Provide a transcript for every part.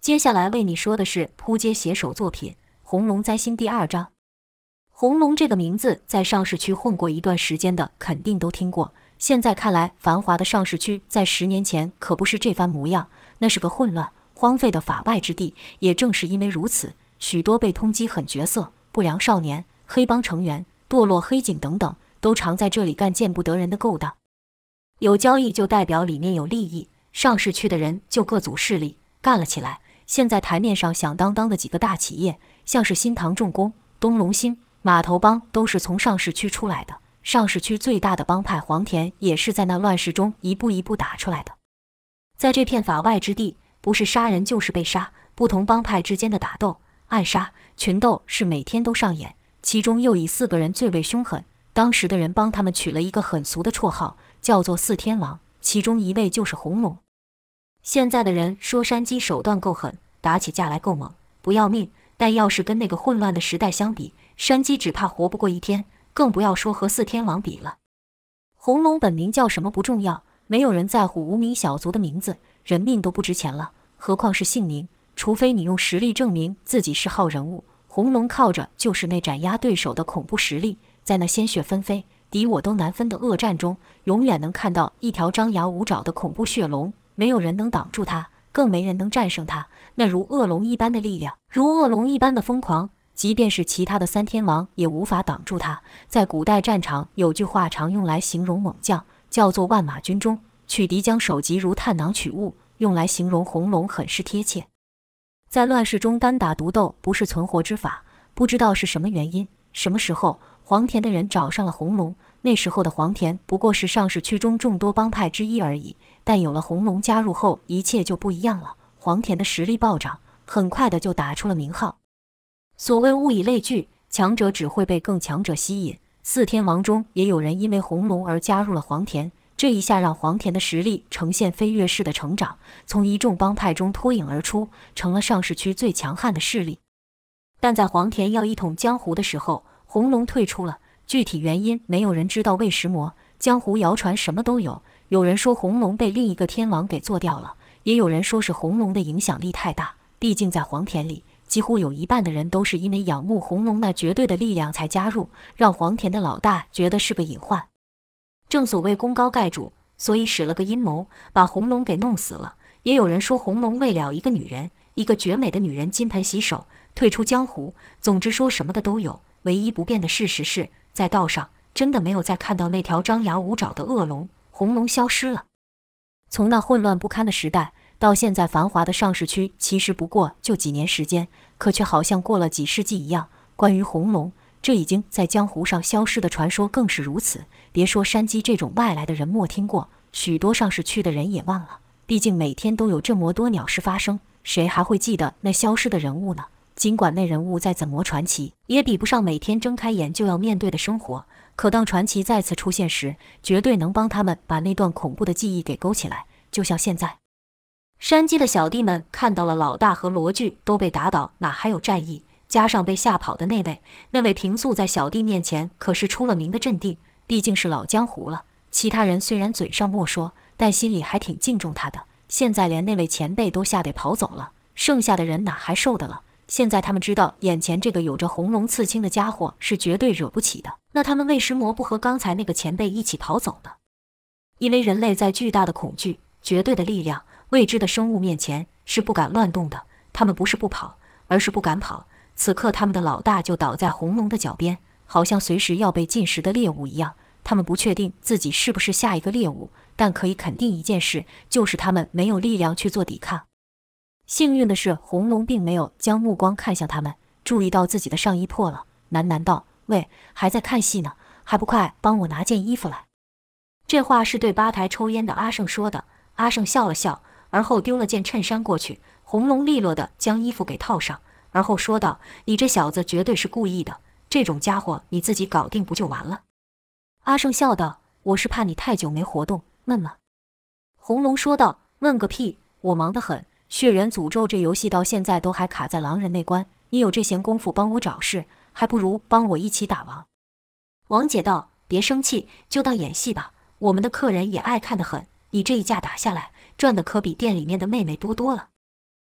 接下来为你说的是扑街写手作品《红龙灾星》第2章。红龙这个名字在上市区混过一段时间的肯定都听过，现在看来繁华的上市区在10年前可不是这番模样，那是个混乱荒废的法外之地。也正是因为如此，许多被通缉狠角色、不良少年、黑帮成员、堕落黑警等等，都常在这里干见不得人的勾当。有交易就代表里面有利益，上市区的人就各组势力干了起来。现在台面上响当当的几个大企业，像是新唐重工、东龙兴、码头帮，都是从上市区出来的。上市区最大的帮派黄田也是在那乱世中一步一步打出来的。在这片法外之地，不是杀人就是被杀，不同帮派之间的打斗、暗杀、群斗是每天都上演。其中又以4个人最为凶狠，当时的人帮他们取了一个很俗的绰号，叫做4天王，其中一位就是红龙。现在的人说山鸡手段够狠，打起架来够猛，不要命，但要是跟那个混乱的时代相比，山鸡只怕活不过1天，更不要说和4天王比了。红龙本名叫什么不重要，没有人在乎无名小卒的名字，人命都不值钱了，何况是姓名，除非你用实力证明自己是号人物。红龙靠着就是那斩压对手的恐怖实力，在那鲜血纷飞、敌我都难分的恶战中，永远能看到一条张牙舞爪的恐怖血龙，没有人能挡住它，更没人能战胜它。那如恶龙一般的力量，如恶龙一般的疯狂，即便是其他的3天王也无法挡住它。在古代战场有句话常用来形容猛将，叫做万马军中，取敌将首级如探囊取物，用来形容红龙很是贴切。在乱世中单打独斗不是存活之法，不知道是什么原因，什么时候黄田的人找上了红龙。那时候的黄田不过是上市区中众多帮派之一而已，但有了红龙加入后，一切就不一样了。黄田的实力暴涨，很快的就打出了名号。所谓物以类聚，强者只会被更强者吸引。4天王中也有人因为红龙而加入了黄田，这一下让黄田的实力呈现飞跃式的成长，从一众帮派中脱颖而出，成了上市区最强悍的势力。但在黄田要一统江湖的时候，红龙退出了，具体原因没有人知道。为石魔江湖谣传什么都有，有人说红龙被另一个天王给做掉了，也有人说是红龙的影响力太大，毕竟在黄田里几乎有1半的人都是因为仰慕红龙那绝对的力量才加入，让黄田的老大觉得是个隐患。正所谓功高盖主，所以使了个阴谋，把红龙给弄死了。也有人说红龙为了一个女人，一个绝美的女人金盆洗手，退出江湖。总之说什么的都有，唯一不变的事实是，在道上真的没有再看到那条张牙舞爪的恶龙，红龙消失了。从那混乱不堪的时代到现在繁华的上市区，其实不过就几年时间，可却好像过了几世纪一样。关于红龙这已经在江湖上消失的传说更是如此，别说山鸡这种外来的人没听过，许多上市区的人也忘了，毕竟每天都有这么多鸟事发生，谁还会记得那消失的人物呢？尽管那人物再怎么传奇，也比不上每天睁开眼就要面对的生活，可当传奇再次出现时，绝对能帮他们把那段恐怖的记忆给勾起来。就像现在山鸡的小弟们看到了老大和罗巨都被打倒，哪还有战意？加上被吓跑的那位平素在小弟面前可是出了名的镇定，毕竟是老江湖了。其他人虽然嘴上没说，但心里还挺敬重他的。现在连那位前辈都吓得跑走了，剩下的人哪还受得了？现在他们知道眼前这个有着红龙刺青的家伙是绝对惹不起的，那他们为什么不和刚才那个前辈一起跑走呢？因为人类在巨大的恐惧、绝对的力量、未知的生物面前是不敢乱动的。他们不是不跑，而是不敢跑。此刻他们的老大就倒在红龙的脚边，好像随时要被进食的猎物一样。他们不确定自己是不是下一个猎物，但可以肯定一件事，就是他们没有力量去做抵抗。幸运的是，红龙并没有将目光看向他们，注意到自己的上衣破了，喃喃道：“喂，还在看戏呢，还不快帮我拿件衣服来。”这话是对吧台抽烟的阿胜说的。阿胜笑了笑，而后丢了件衬衫过去。红龙利落地将衣服给套上，而后说道：“你这小子绝对是故意的，这种家伙你自己搞定不就完了？”阿胜笑道：“我是怕你太久没活动，闷了。”红龙说道：“闷个屁，我忙得很。血缘诅咒这游戏到现在都还卡在狼人那关，你有这闲工夫帮我找事，还不如帮我一起打王。”王姐道：“别生气，就当演戏吧，我们的客人也爱看得很，你这一架打下来，赚的可比店里面的妹妹多多了。”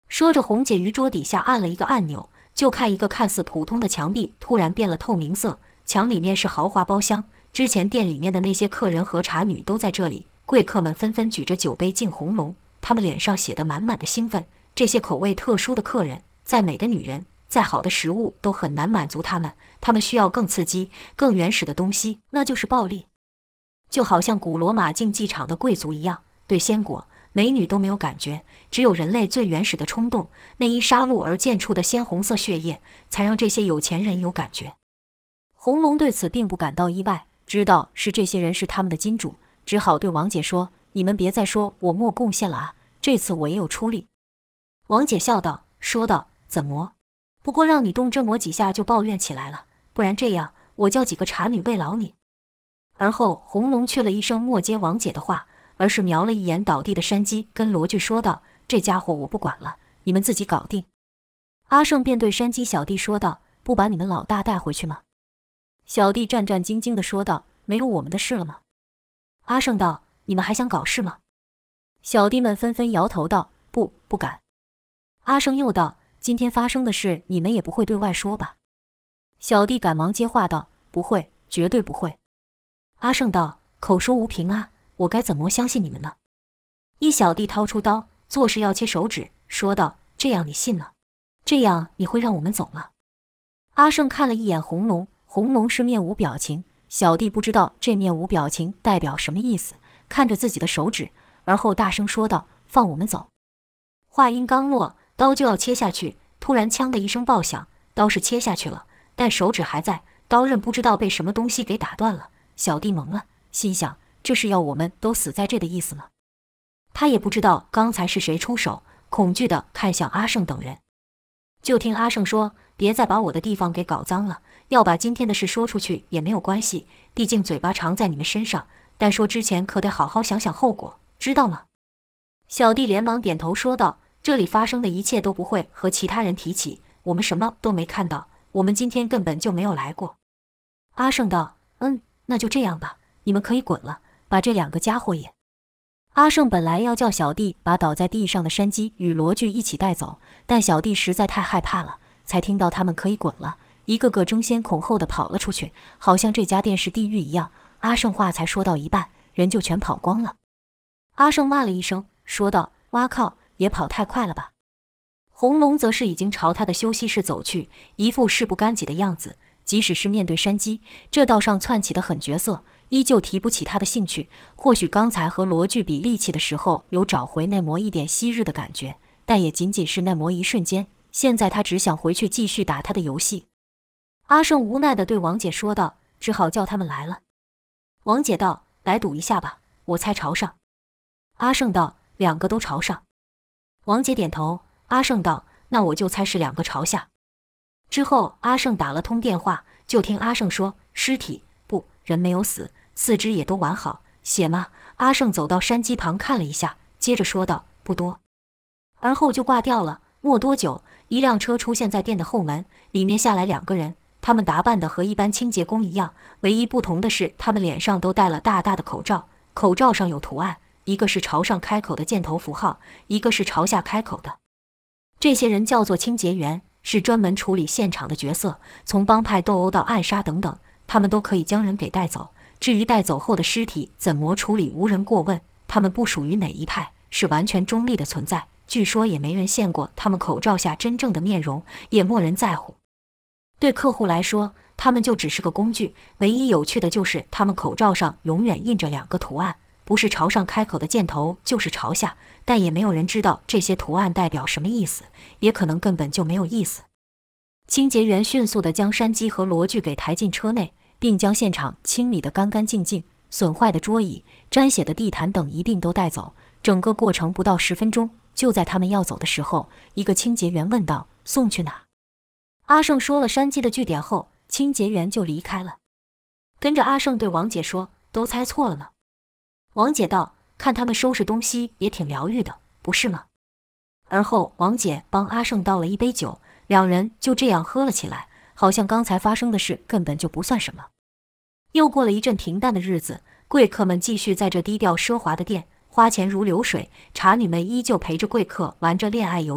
说着，红姐于桌底下按了一个按钮，就看一个看似普通的墙壁突然变了透明色，墙里面是豪华包厢，之前店里面的那些客人和茶女都在这里。贵客们纷纷举着酒杯敬红龙，他们脸上写得满满的兴奋。这些口味特殊的客人，再美的女人，再好的食物都很难满足他们，他们需要更刺激、更原始的东西，那就是暴力。就好像古罗马竞技场的贵族一样，对鲜果、美女都没有感觉，只有人类最原始的冲动，那因杀戮而溅出的鲜红色血液，才让这些有钱人有感觉。红龙对此并不感到意外，知道是这些人是他们的金主，只好对王姐说：“你们别再说我没贡献了啊，这次我也有出力。”王姐笑道，说道：“怎么？不过让你动这么几下就抱怨起来了？不然这样，我叫几个茶女慰劳你。”而后红龙却了一声莫接王姐的话，而是瞄了一眼倒地的山鸡，跟罗句说道：“这家伙我不管了，你们自己搞定。”阿胜便对山鸡小弟说道：“不把你们老大带回去吗？”小弟战战兢兢地说道：“没有我们的事了吗？”阿胜道：“你们还想搞事吗？”小弟们纷纷摇头道：“不敢。”阿胜又道：“今天发生的事，你们也不会对外说吧？”小弟赶忙接话道：“不会，绝对不会。”阿胜道：“口说无凭啊，我该怎么相信你们呢？”一小弟掏出刀，做事要切手指，说道：“这样你信了？这样你会让我们走吗？”阿胜看了一眼红龙，红龙是面无表情，小弟不知道这面无表情代表什么意思，看着自己的手指，而后大声说道：“放我们走！”话音刚落，刀就要切下去，突然枪的一声爆响，刀是切下去了，但手指还在，刀刃不知道被什么东西给打断了。小弟懵了，心想这是要我们都死在这的意思吗？他也不知道刚才是谁出手，恐惧地看向阿胜等人。就听阿胜说：“别再把我的地方给搞脏了，要把今天的事说出去也没有关系，毕竟嘴巴长在你们身上，但说之前可得好好想想后果，知道吗？”小弟连忙点头说道：“这里发生的一切都不会和其他人提起，我们什么都没看到，我们今天根本就没有来过。”阿胜道：“那就这样吧，你们可以滚了，把这两个家伙也……”阿胜本来要叫小弟把倒在地上的山鸡与罗句一起带走，但小弟实在太害怕了，才听到他们可以滚了，一个个争先恐后的跑了出去，好像这家店是地狱一样。阿胜话才说到一半，人就全跑光了。阿胜骂了一声，说道：“哇靠，也跑太快了吧！”红龙则是已经朝他的休息室走去，一副事不干己的样子。即使是面对山鸡，这道上窜起的狠角色，依旧提不起他的兴趣。或许刚才和罗句比力气的时候，有找回那么一点昔日的感觉，但也仅仅是那么一瞬间。现在他只想回去继续打他的游戏。阿胜无奈地对王姐说道：“只好叫他们来了。”王姐道：“来赌一下吧，我猜朝上。”阿胜道：“两个都朝上。”王姐点头。阿胜道：“那我就猜是两个朝下。”之后阿胜打了通电话，就听阿胜说：“尸体不，人没有死，四肢也都完好。血吗？”阿胜走到山鸡旁看了一下，接着说道：“不多。”而后就挂掉了。没多久，一辆车出现在店的后门，里面下来两个人，他们打扮得和一般清洁工一样，唯一不同的是他们脸上都戴了大大的口罩，口罩上有图案，一个是朝上开口的箭头符号，一个是朝下开口的。这些人叫做清洁员，是专门处理现场的角色，从帮派斗殴到暗杀等等，他们都可以将人给带走。至于带走后的尸体怎么处理，无人过问。他们不属于哪一派，是完全中立的存在。据说也没人见过他们口罩下真正的面容，也没人在乎。对客户来说，他们就只是个工具。唯一有趣的就是他们口罩上永远印着两个图案，不是朝上开口的箭头，就是朝下，但也没有人知道这些图案代表什么意思，也可能根本就没有意思。清洁员迅速地将山鸡和罗句给抬进车内，并将现场清理得干干净净，损坏的桌椅、沾血的地毯等一并都带走。整个过程不到10分钟。就在他们要走的时候，一个清洁员问道：“送去哪？”阿胜说了山鸡的据点后，清洁员就离开了。跟着阿胜对王姐说：“都猜错了呢。”王姐道：“看他们收拾东西也挺疗愈的，不是吗？”而后王姐帮阿胜倒了一杯酒，两人就这样喝了起来，好像刚才发生的事根本就不算什么。又过了一阵平淡的日子，贵客们继续在这低调奢华的店花钱如流水，茶女们依旧陪着贵客玩着恋爱游戏。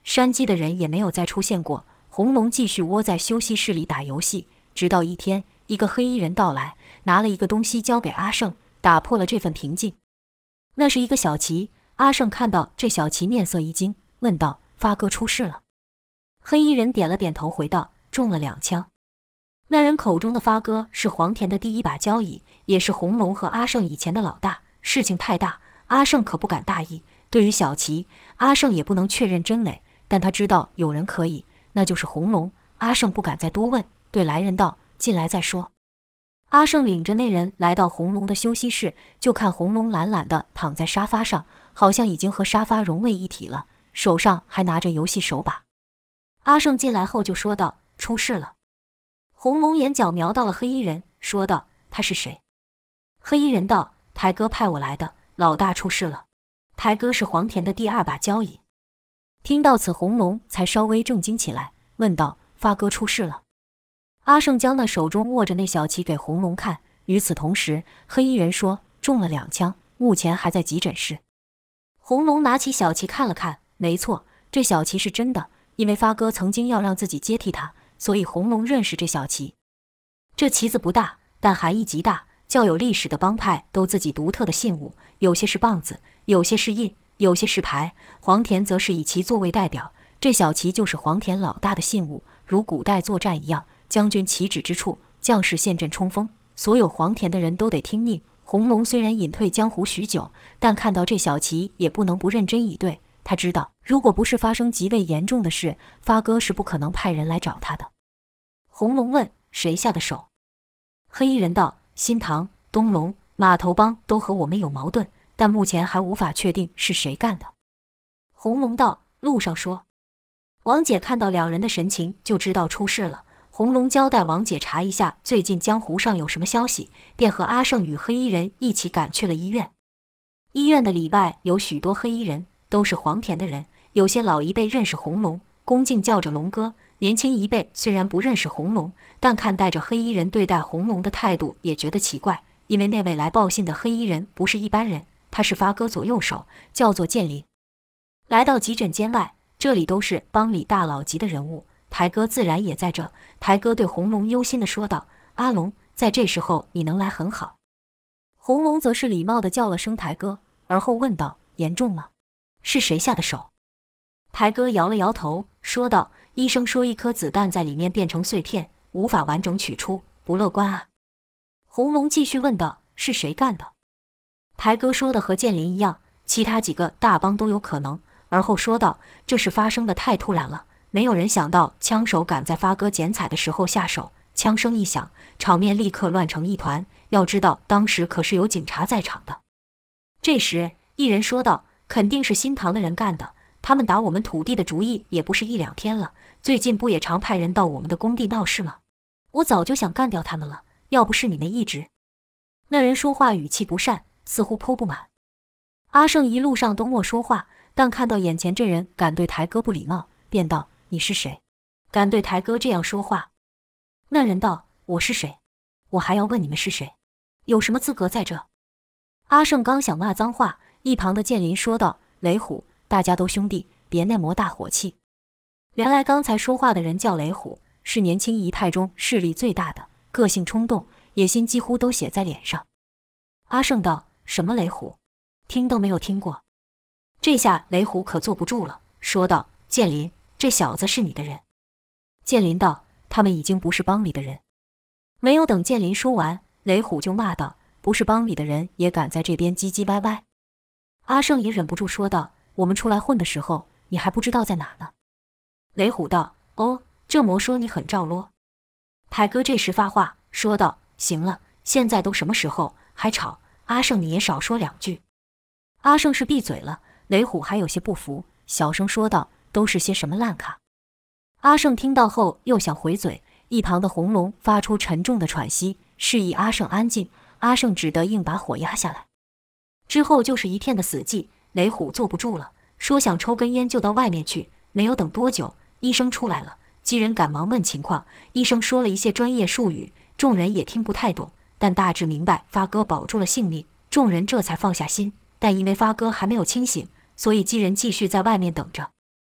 山鸡的人也没有再出现过。红龙继续窝在休息室里打游戏，直到一天，一个黑衣人到来，拿了一个东西交给阿胜，打破了这份平静。那是一个小旗。阿胜看到这小旗，面色一惊，问道：“发哥出事了？”黑衣人点了点头，回道：“中了2枪。”那人口中的发哥是黄田的第一把交椅，也是红龙和阿胜以前的老大。事情太大，阿胜可不敢大意。对于小旗，阿胜也不能确认真伪，但他知道有人可以，那就是红龙。阿胜不敢再多问，对来人道：“进来再说。”阿胜领着那人来到红龙的休息室，就看红龙懒懒地躺在沙发上，好像已经和沙发融为一体了，手上还拿着游戏手把。阿胜进来后就说道：“出事了。”红龙眼角瞄到了黑衣人，说道：“他是谁？”黑衣人道：“台哥派我来的，老大出事了。台哥是黄田的第2把交椅。”听到此，红龙才稍微正经起来，问道：“发哥出事了？”阿胜将那手中握着那小旗给红龙看，与此同时，黑衣人说：“中了2枪，目前还在急诊室。”红龙拿起小旗看了看，没错，这小旗是真的，因为发哥曾经要让自己接替他，所以红龙认识这小旗。这旗子不大，但含义极大，较有历史的帮派都自己独特的信物，有些是棒子，有些是印，有些是牌。黄田则是以其作为代表，这小旗就是黄田老大的信物，如古代作战一样，将军旗指之处，将士陷阵冲锋，所有黄田的人都得听命。红龙虽然隐退江湖许久，但看到这小旗也不能不认真以对。他知道，如果不是发生极为严重的事，发哥是不可能派人来找他的。红龙问：“谁下的手？”黑衣人道：“新堂、东龙、码头帮都和我们有矛盾，但目前还无法确定是谁干的。”红龙道：“路上说。”王姐看到2人的神情，就知道出事了。红龙交代王姐查一下最近江湖上有什么消息，便和阿胜与黑衣人一起赶去了医院。医院的里外有许多黑衣人，都是黄田的人，有些老一辈认识红龙，恭敬叫着龙哥；年轻一辈虽然不认识红龙，但看待着黑衣人对待红龙的态度也觉得奇怪，因为那位来报信的黑衣人不是一般人，他是发哥左右手，叫做建林。来到急诊间外，这里都是帮里大佬级的人物，台哥自然也在这。台哥对红龙忧心地说道：“阿龙，在这时候你能来很好。”红龙则是礼貌地叫了声台哥，而后问道：“严重吗？是谁下的手？”台哥摇了摇头，说道：“医生说1颗子弹在里面变成碎片，无法完整取出，不乐观啊。”红龙继续问道：“是谁干的？”台哥说的和建林一样，其他几个大帮都有可能，而后说道：“这事发生的太突然了。没有人想到枪手赶在发哥剪彩的时候下手，枪声一响，场面立刻乱成一团。要知道，当时可是有警察在场的。”这时，一人说道：“肯定是新堂的人干的，他们打我们土地的主意也不是1、2天了，最近不也常派人到我们的工地闹事吗？我早就想干掉他们了，要不是你们一直……”那人说话语气不善，似乎颇不满。阿胜一路上都默说话，但看到眼前这人敢对台哥不礼貌，便道：“你是谁？敢对台哥这样说话？”那人道：“我是谁？我还要问你们是谁？有什么资格在这？”阿胜刚想骂脏话，一旁的建林说道：“雷虎，大家都兄弟，别那么大火气。”原来刚才说话的人叫雷虎，是年轻一派中势力最大的，个性冲动，野心几乎都写在脸上。阿胜道：“什么雷虎？听都没有听过。”这下雷虎可坐不住了，说道：“建林，这小子是你的人？”建林道：“他们已经不是帮里的人。”没有等建林说完，雷虎就骂道：“不是帮里的人也敢在这边唧唧歪歪？”阿胜也忍不住说道：“我们出来混的时候，你还不知道在哪呢。”雷虎道：“哦，这么说你很照啰。”台哥这时发话说道：“行了，现在都什么时候还吵？阿胜你也少说2句。”阿胜是闭嘴了，雷虎还有些不服，小声说道：“都是些什么烂卡？”阿胜听到后又想回嘴，一旁的红龙发出沉重的喘息，示意阿胜安静。阿胜只得硬把火压下来。之后就是一片的死寂，雷虎坐不住了，说想抽根烟就到外面去。没有等多久，医生出来了，几人赶忙问情况。医生说了一些专业术语，众人也听不太懂，但大致明白发哥保住了性命，众人这才放下心。但因为发哥还没有清醒，所以几人继续在外面等着。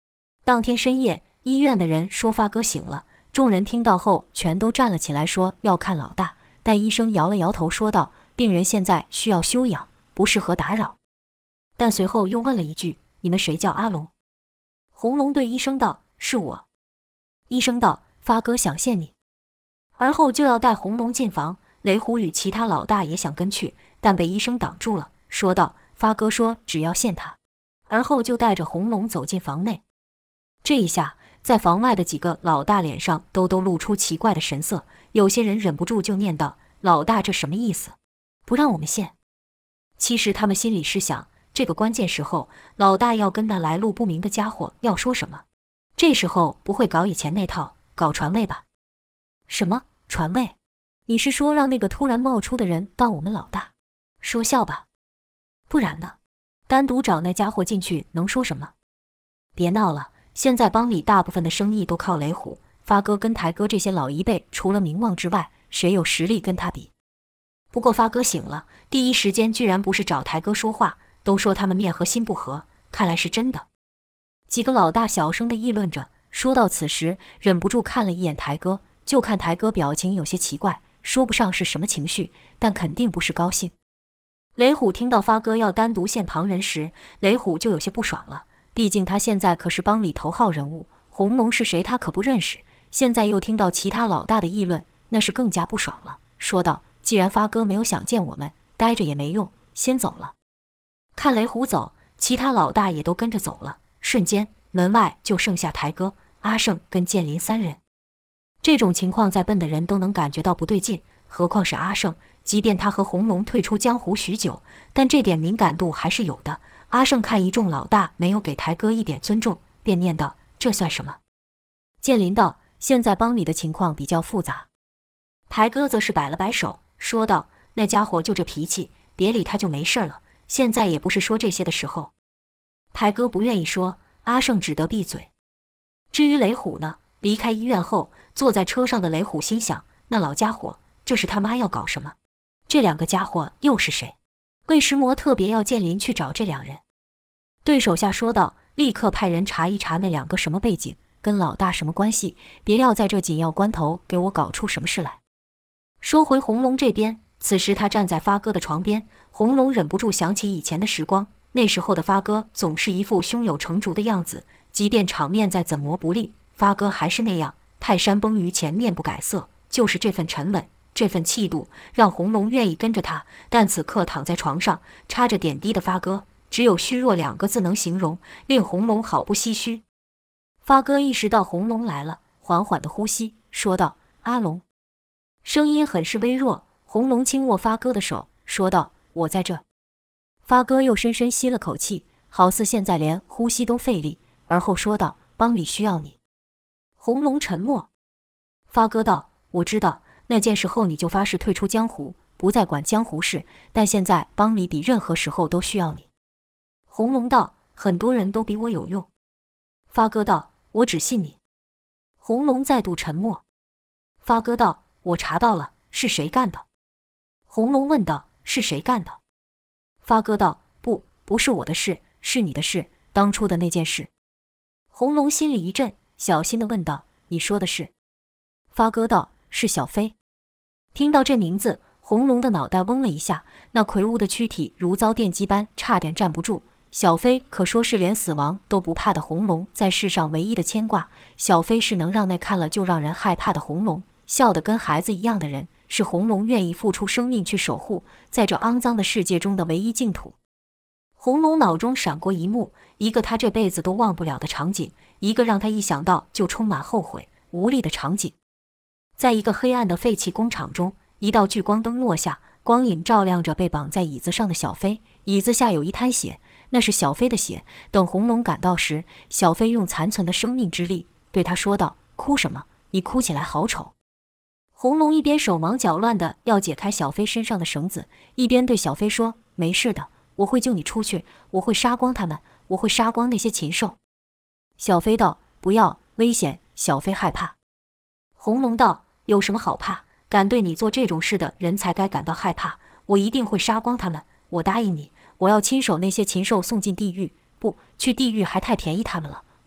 当天深夜，医院的人说发哥醒了，众人听到后全都站了起来，说要看老大。但医生摇了摇头，说道：“病人现在需要休养，不适合打扰。”但随后又问了一句：“你们谁叫阿龙？”红龙对医生道：“是我。”医生道：“发哥想见你。”而后就要带红龙进房，雷虎与其他老大也想跟去，但被医生挡住了，说道：“发哥说只要见他。”而后就带着红龙走进房内。这一下，在房外的几个老大脸上都露出奇怪的神色，有些人忍不住就念道：“老大这什么意思？不让我们现？”其实他们心里是想，这个关键时候，老大要跟那来路不明的家伙要说什么？这时候不会搞以前那套，搞传位吧？什么传位？你是说让那个突然冒出的人当我们老大？说笑吧？不然呢？单独找那家伙进去能说什么？别闹了，现在帮里大部分的生意都靠雷虎、发哥跟台哥这些老一辈，除了名望之外，谁有实力跟他比？不过发哥醒了，第一时间居然不是找台哥说话，都说他们面和心不和，看来是真的。几个老大小声地议论着，说到此时，忍不住看了一眼台哥，就看台哥表情有些奇怪，说不上是什么情绪，但肯定不是高兴。雷虎听到发哥要单独见旁人时，雷虎就有些不爽了，毕竟他现在可是帮里头号人物，红龙是谁他可不认识，现在又听到其他老大的议论，那是更加不爽了，说道：“既然发哥没有想见我们，待着也没用，先走了。”看雷虎走，其他老大也都跟着走了，瞬间门外就剩下台哥、阿胜跟建林三人。这种情况再笨的人都能感觉到不对劲，何况是阿胜，即便他和红龙退出江湖许久，但这点敏感度还是有的。阿胜看一众老大没有给台哥一点尊重，便念道：“这算什么？”建林道：“现在帮里的情况比较复杂。”台哥则是摆了摆手，说道：“那家伙就这脾气，别理他就没事了，现在也不是说这些的时候。”台哥不愿意说，阿胜只得闭嘴。至于雷虎呢，离开医院后，坐在车上的雷虎心想，那老家伙这是他妈要搞什么？这两个家伙又是谁？魏石魔特别要建林去找这两人，对手下说道：“立刻派人查一查那两个什么背景，跟老大什么关系，别要在这紧要关头给我搞出什么事来。”说回红龙这边，此时他站在发哥的床边，红龙忍不住想起以前的时光，那时候的发哥总是一副胸有成竹的样子，即便场面再怎么不利，发哥还是那样，泰山崩于前面不改色，就是这份沉稳，这份气度，让红龙愿意跟着他。但此刻躺在床上插着点滴的发哥，只有虚弱两个字能形容，令红龙好不唏嘘。发哥意识到红龙来了，缓缓的呼吸，说道：“阿龙。”声音很是微弱。红龙轻握发哥的手，说道：“我在这。”发哥又深深吸了口气，好似现在连呼吸都费力，而后说道：“帮里需要你。”红龙沉默。发哥道：“我知道，那件事后你就发誓退出江湖，不再管江湖事，但现在帮里比任何时候都需要你。”红龙道：“很多人都比我有用。”发哥道：“我只信你。”红龙再度沉默。发哥道：“我查到了，是谁干的？”红龙问道：“是谁干的？”发哥道：“不是我的事，是你的事，当初的那件事。”红龙心里一震，小心地问道：“你说的是？”发哥道：“是小飞。”听到这名字，红龙的脑袋嗡了一下，那魁梧的躯体如遭电击般，差点站不住。小飞可说是连死亡都不怕的红龙在世上唯一的牵挂。小飞是能让那看了就让人害怕的红龙笑得跟孩子一样的人，是红龙愿意付出生命去守护在这肮脏的世界中的唯一净土。红龙脑中闪过一幕，一个他这辈子都忘不了的场景，一个让他一想到就充满后悔无力的场景。在一个黑暗的废弃工厂中，一道聚光灯落下，光影照亮着被绑在椅子上的小飞，椅子下有一滩血，那是小飞的血。等红龙赶到时，小飞用残存的生命之力对他说道：“哭什么？你哭起来好丑。”红龙一边手忙脚乱地要解开小飞身上的绳子，一边对小飞说：“没事的，我会救你出去，我会杀光他们，我会杀光那些禽兽。”小飞道：“不要，危险。”小飞害怕。红龙道：“有什么好怕？敢对你做这种事的人才该感到害怕。我一定会杀光他们，我答应你，我要亲手那些禽兽送进地狱，不去地狱还太便宜他们了。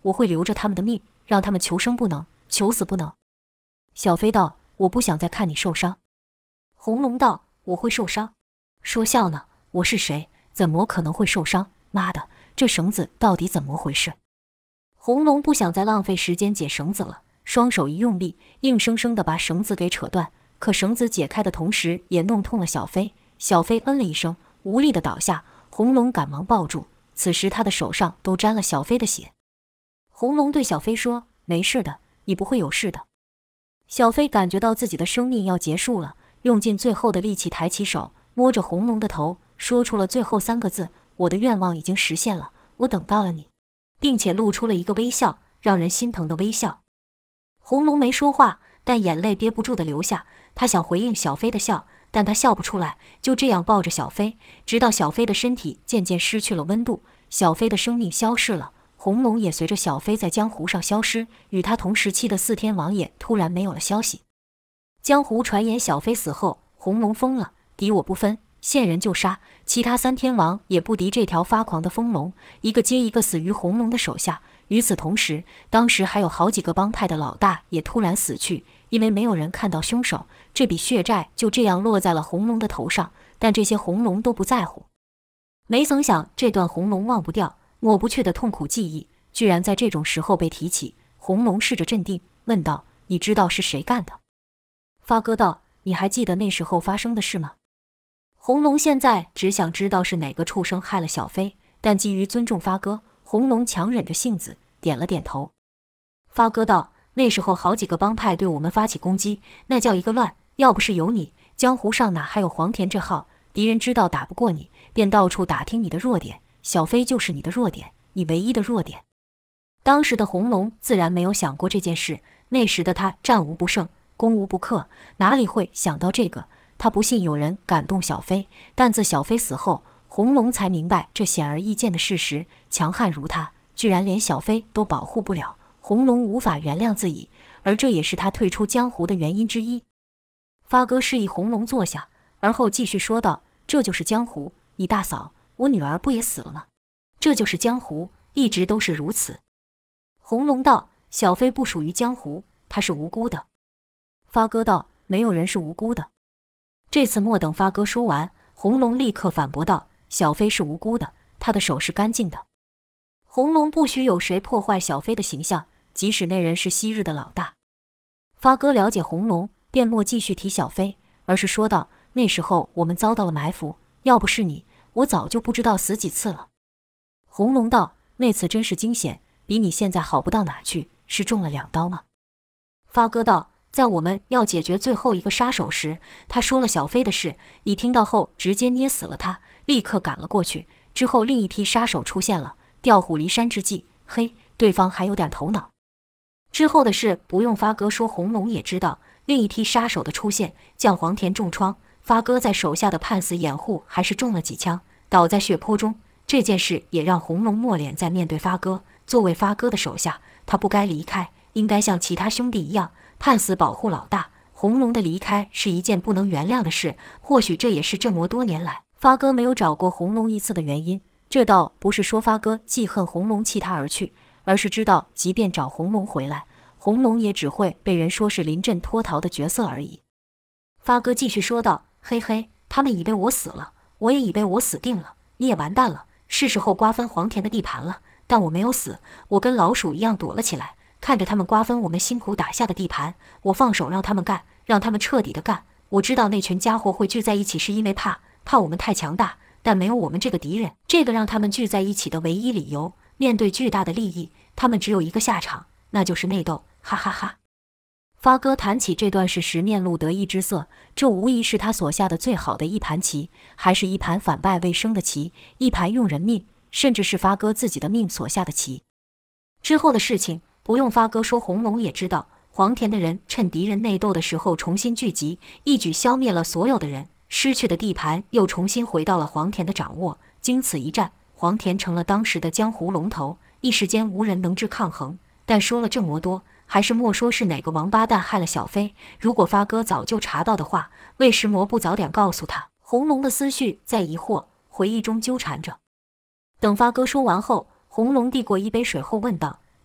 我会留着他们的命，让他们求生不能，求死不能。小飞道：我不想再看你受伤。红龙道：我会受伤？说笑呢，我是谁？怎么可能会受伤？妈的，这绳子到底怎么回事？红龙不想再浪费时间解绳子了，双手一用力，硬生生地把绳子给扯断。可绳子解开的同时，也弄痛了小飞。小飞嗯了一声，无力地倒下。红龙赶忙抱住，此时他的手上都沾了小飞的血。红龙对小飞说：没事的，你不会有事的。小飞感觉到自己的生命要结束了，用尽最后的力气抬起手，摸着红龙的头，说出了最后3个字：我的愿望已经实现了，我等到了你，并且露出了一个微笑，让人心疼的微笑。红龙没说话，但眼泪憋不住的流下，他想回应小飞的笑，但他笑不出来，就这样抱着小飞，直到小飞的身体渐渐失去了温度，小飞的生命消逝了，红龙也随着小飞在江湖上消失，与他同时期的4天王也突然没有了消息。江湖传言小飞死后，红龙疯了，敌我不分，见人就杀，其他3天王也不敌这条发狂的疯龙，一个接一个死于红龙的手下。与此同时，当时还有好几个帮派的老大也突然死去，因为没有人看到凶手，这笔血债就这样落在了红龙的头上，但这些红龙都不在乎。没曾想这段红龙忘不掉、抹不去的痛苦记忆，居然在这种时候被提起。红龙试着镇定，问道：你知道是谁干的？发哥道：你还记得那时候发生的事吗？红龙现在只想知道是哪个畜生害了小飞，但基于尊重发哥，红龙强忍着性子点了点头。发哥道：那时候好几个帮派对我们发起攻击，那叫一个乱，要不是有你，江湖上哪还有黄田这号？敌人知道打不过你，便到处打听你的弱点，小飞就是你的弱点，你唯一的弱点。当时的红龙自然没有想过这件事，那时的他战无不胜，攻无不克，哪里会想到这个？他不信有人敢动小飞，但自小飞死后，红龙才明白这显而易见的事实，强悍如他，居然连小飞都保护不了，红龙无法原谅自己，而这也是他退出江湖的原因之一。发哥示意红龙坐下，而后继续说道：这就是江湖，你大嫂，我女儿不也死了吗？这就是江湖，一直都是如此。红龙道：小飞不属于江湖，他是无辜的。发哥道：没有人是无辜的。这次莫等发哥说完，红龙立刻反驳道：小飞是无辜的，他的手是干净的。红龙不许有谁破坏小飞的形象，即使那人是昔日的老大。发哥了解红龙，便莫继续提小飞，而是说道：那时候我们遭到了埋伏，要不是你，我早就不知道死几次了。红龙道：那次真是惊险，比你现在好不到哪去，是中了2刀吗？发哥道：在我们要解决最后一个杀手时，他说了小飞的事，你听到后直接捏死了他，立刻赶了过去。之后另一批杀手出现了，调虎离山之计，嘿，对方还有点头脑。之后的事不用发哥说，红龙也知道。另一批杀手的出现，将黄田重创，发哥在手下的判死掩护还是中了几枪，倒在血泊中。这件事也让红龙默脸在面对发哥，作为发哥的手下，他不该离开，应该像其他兄弟一样判死保护老大。红龙的离开是一件不能原谅的事，或许这也是这么多年来发哥没有找过红龙一次的原因。这倒不是说发哥记恨红龙弃他而去，而是知道即便找红龙回来，红龙也只会被人说是临阵脱逃的角色而已。发哥继续说道：嘿嘿，他们以为我死了，我也以为我死定了，你也完蛋了，是时候瓜分黄田的地盘了。但我没有死，我跟老鼠一样躲了起来，看着他们瓜分我们辛苦打下的地盘，我放手让他们干，让他们彻底的干。我知道那群家伙会聚在一起是因为怕我们太强大，但没有我们这个敌人，这个让他们聚在一起的唯一理由。面对巨大的利益，他们只有一个下场，那就是内斗，哈哈哈。发哥谈起这段事时面露得意之色，这无疑是他所下的最好的一盘棋，还是一盘反败为胜的棋，一盘用人命，甚至是发哥自己的命所下的棋。之后的事情不用发哥说，红龙也知道，黄田的人趁敌人内斗的时候重新聚集，一举消灭了所有的人，失去的地盘又重新回到了黄田的掌握。经此一战，黄田成了当时的江湖龙头，一时间无人能治抗衡。但说了这么多，还是莫说是哪个王八蛋害了小飞。如果发哥早就查到的话，为什么不早点告诉他？红龙的思绪在疑惑回忆中纠缠着。等发哥说完后，红龙递过一杯水后问道：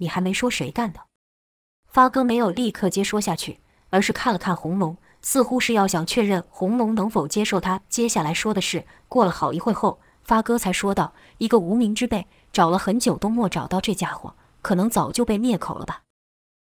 你还没说谁干的。发哥没有立刻接说下去，而是看了看红龙，似乎是要想确认红龙能否接受他接下来说的事。过了好一会后，发哥才说道：“一个无名之辈，找了很久都没找到这家伙，可能早就被灭口了吧。”